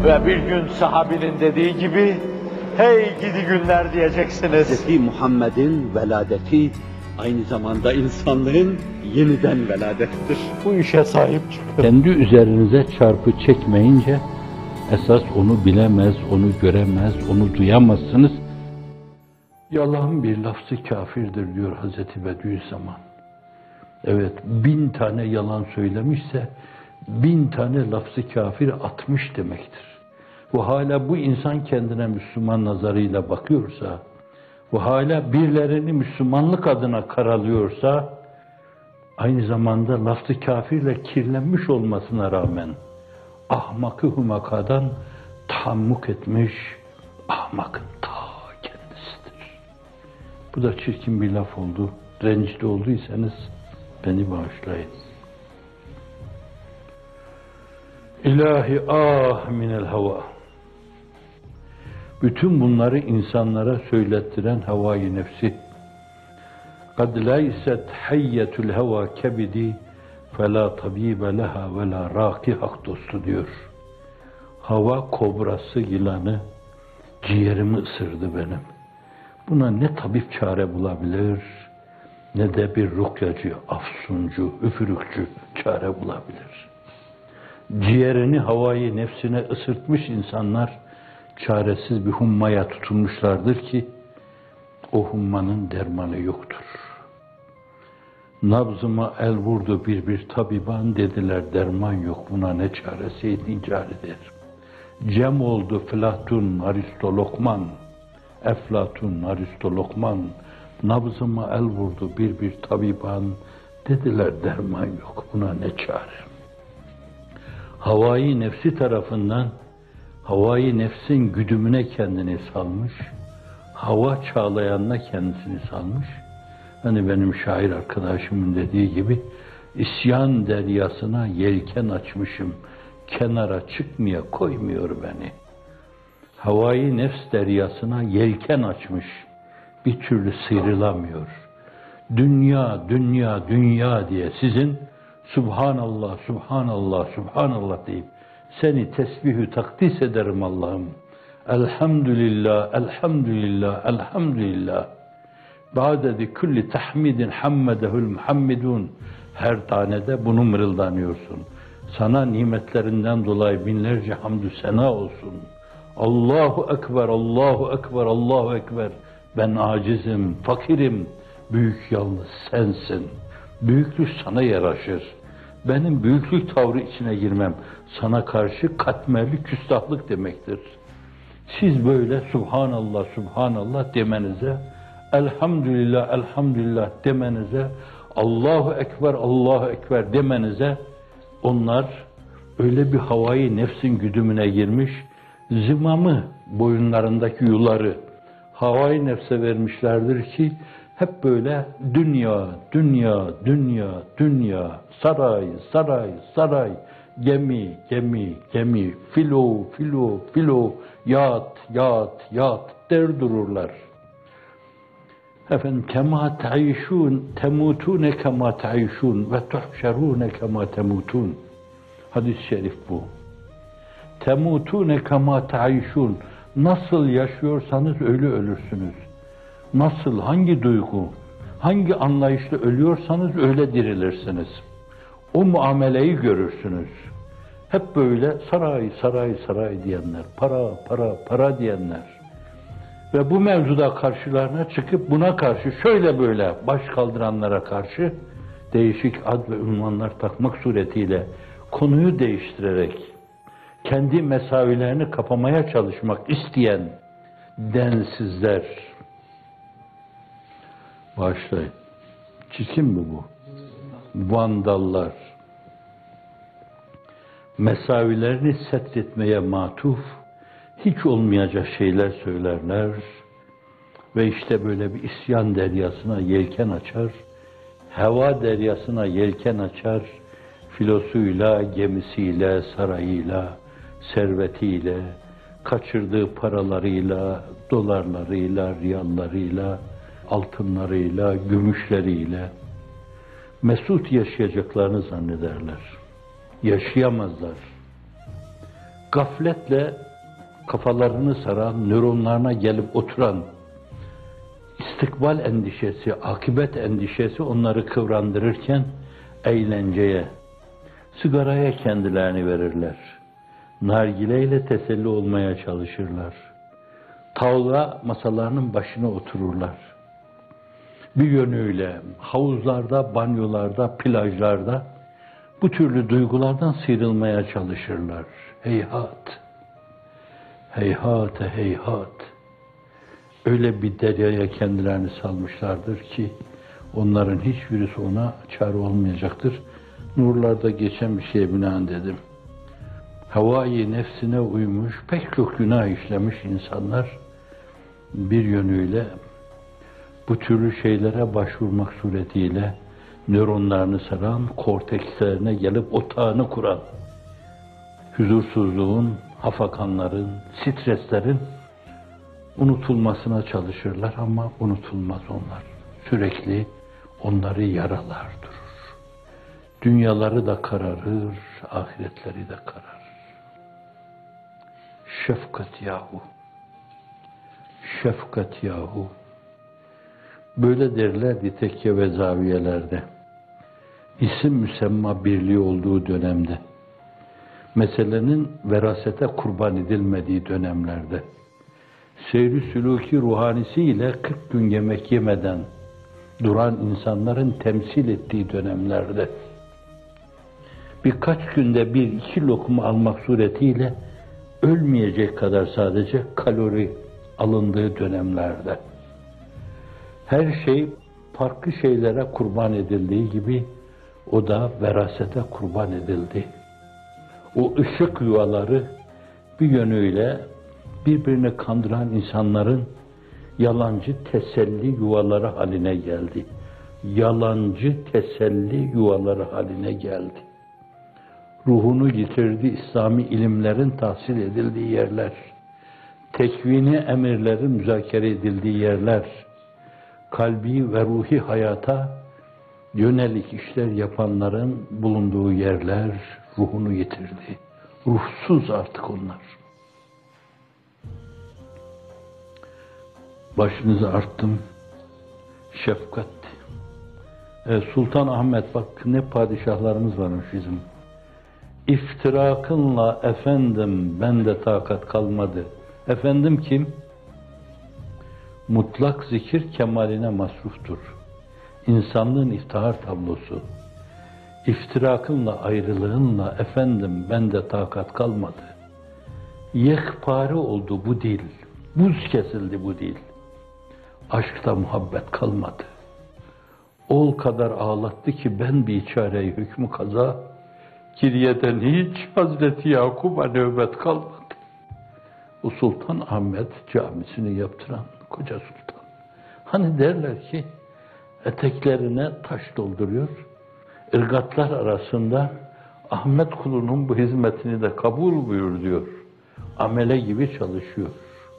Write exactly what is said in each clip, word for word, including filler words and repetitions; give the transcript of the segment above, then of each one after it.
Ve bir gün sahabinin dediği gibi, hey gidi günler diyeceksiniz. Hazreti Muhammed'in veladeti aynı zamanda insanlığın yeniden veladettir. Bu işe sahip çıkın. Kendi üzerinize çarpı çekmeyince, esas onu bilemez, onu göremez, onu duyamazsınız. Yalan bir lafzı kafirdir diyor Hazreti Bediüzzaman. Evet, bin tane yalan söylemişse, bin tane lafzı kafir atmış demektir. Bu hala bu insan kendine Müslüman nazarıyla bakıyorsa, bu hala birilerini Müslümanlık adına karalıyorsa, aynı zamanda lafz-ı kafirle kirlenmiş olmasına rağmen, ahmakı humakadan tahammük etmiş, ahmakın ta kendisidir. Bu da çirkin bir laf oldu. Rencide olduysanız beni bağışlayın. İlahi ah minel hava. Bütün bunları insanlara söylettiren havai nefsi. قَدْ لَيْسَتْ حَيَّةُ الْهَوَا كَبِدِي فَلَا طَب۪يبَ لَهَا وَلَا رَاقِ hak dostu diyor. Hava kobrası yılanı ciğerimi ısırdı benim. Buna ne tabip çare bulabilir, ne de bir rukyacı, afsuncu, üfürükçü çare bulabilir. Ciğerini havayı nefsine ısırtmış insanlar çaresiz bir hummaya tutulmuşlardır ki o hummanın dermanı yoktur. Nabzıma el vurdu bir bir tabiban, dediler derman yok, buna ne çaresi incar eder. Cem oldu Flatun, Aristo, Lokman, Eflatun, Aristo, Lokman, nabzıma el vurdu bir bir tabiban, dediler derman yok, buna ne çare. Havai nefsi tarafından, havai nefsin güdümüne kendini salmış, hava çağlayanına kendisini salmış. Hani benim şair arkadaşımın dediği gibi, isyan deryasına yelken açmışım, kenara çıkmaya koymuyor beni. Havai nefs deryasına yelken açmış, bir türlü sıyrılamıyor. Dünya, dünya, dünya diye sizin Subhanallah, Subhanallah, Subhanallah deyip seni tesbihü takdis ederim Allah'ım. Elhamdülillah, elhamdülillah, elhamdülillah. Ba'dedi kulli tahmidin hammedehul muhammedun. Her tanede bunu mırıldanıyorsun. Sana nimetlerinden dolayı binlerce hamdü sena olsun. Allahu Ekber, Allahu Ekber, Allahu Ekber. Ben acizim, fakirim. Büyük yalnız sensin. Büyüklük sana yaraşır. Benim büyüklük tavrı içine girmem sana karşı katmerli küstahlık demektir. Siz böyle Subhanallah, Subhanallah demenize, Elhamdülillah, Elhamdülillah demenize, Allahu Ekber, Allahu Ekber demenize, onlar öyle bir havai nefsin güdümüne girmiş, zimamı, boyunlarındaki yuları havai nefse vermişlerdir ki, hep böyle dünya, dünya, dünya, dünya, saray, saray, saray, gemi, gemi, gemi, filo, filo, filo, yat, yat, yat der dururlar. Efendim, kema ta'işun, temutune kema ta'işun ve tuhşerune kema temutun. Hadis-i şerif bu. Temutune kema ta'işun. Nasıl yaşıyorsanız öyle ölürsünüz. Nasıl, hangi duygu, hangi anlayışla ölüyorsanız öyle dirilirsiniz. O muameleyi görürsünüz. Hep böyle saray, saray, saray diyenler, para, para, para diyenler. Ve bu mevzuda karşılarına çıkıp buna karşı şöyle böyle baş kaldıranlara karşı değişik ad ve ünvanlar takmak suretiyle konuyu değiştirerek kendi mesavilerini kapamaya çalışmak isteyen densizler, bağışlayın, çirkin mi bu? Vandallar, mesavilerini setretmeye matuf, hiç olmayacak şeyler söylerler ve işte böyle bir isyan deryasına yelken açar, heva deryasına yelken açar, filosuyla, gemisiyle, sarayıyla, servetiyle, kaçırdığı paralarıyla, dolarlarıyla, riyallarıyla, altınlarıyla, gümüşleriyle mesut yaşayacaklarını zannederler. Yaşayamazlar. gafletle kafalarını saran, nöronlarına gelip oturan istikbal endişesi, akıbet endişesi onları kıvrandırırken eğlenceye, sigaraya kendilerini verirler. Nargileyle teselli olmaya çalışırlar. Tavla masalarının başına otururlar. Bir yönüyle havuzlarda, banyolarda, plajlarda bu türlü duygulardan sıyrılmaya çalışırlar. Heyhat, heyhat, heyhat. Öyle bir deryaya kendilerini salmışlardır ki onların hiçbirisi ona çare olmayacaktır. Nurlarda geçen bir şeye binaen dedim. Havai nefsine uymuş, pek çok günah işlemiş insanlar bir yönüyle bu türlü şeylere başvurmak suretiyle nöronlarını saran, kortekslerine gelip otağını kuran, huzursuzluğun, hafakanların, streslerin unutulmasına çalışırlar ama unutulmaz onlar. Sürekli onları yaralar durur. Dünyaları da kararır, ahiretleri de kararır. Şefkat yahu. Şefkat yahu. Böyle derlerdi tekke ve zaviyelerde. İsim müsemma birliği olduğu dönemde. Meselenin verasete kurban edilmediği dönemlerde. Seyri sülûki ruhanisiyle kırk gün yemek yemeden duran insanların temsil ettiği dönemlerde. Birkaç günde bir iki lokma almak suretiyle ölmeyecek kadar sadece kalori alındığı dönemlerde. Her şey farklı şeylere kurban edildiği gibi o da verasete kurban edildi. O ışık yuvaları bir yönüyle birbirini kandıran insanların yalancı teselli yuvaları haline geldi. Yalancı teselli yuvaları haline geldi. Ruhunu yitirdi İslami ilimlerin tahsil edildiği yerler. Tekvini emirlerin müzakere edildiği yerler. Kalbi ve ruhi hayata yönelik işler yapanların bulunduğu yerler ruhunu yitirdi. Ruhsuz artık onlar. Başınızı arttım. Şefkat. E, Sultan Ahmet, bak ne padişahlarımız varmış bizim. İftirakınla efendim bende takat kalmadı. Efendim kim? Mutlak zikir kemaline masruftur. İnsanlığın iftihar tablosu. İftirakınla, ayrılığınla efendim bende takat kalmadı. Yekpare oldu bu dil. Buz kesildi bu dil. Aşkta muhabbet kalmadı. Ol kadar ağlattı ki ben bir çareyi hükmü kaza, kiriyeden hiç Hazreti Yakub'a nöbet kalmadı. O Sultan Ahmet camisini yaptıran koca sultan. Hani derler ki eteklerine taş dolduruyor. Irgatlar arasında Ahmet kulunun bu hizmetini de kabul buyur diyor. Amele gibi çalışıyor.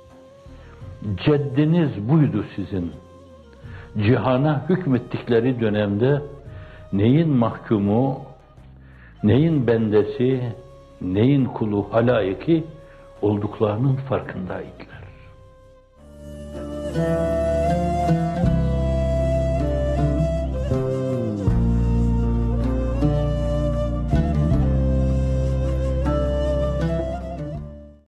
Ceddiniz buydu sizin. Cihana hükmettikleri dönemde neyin mahkumu, neyin bendesi, neyin kulu halayiki olduklarının farkındaydılar.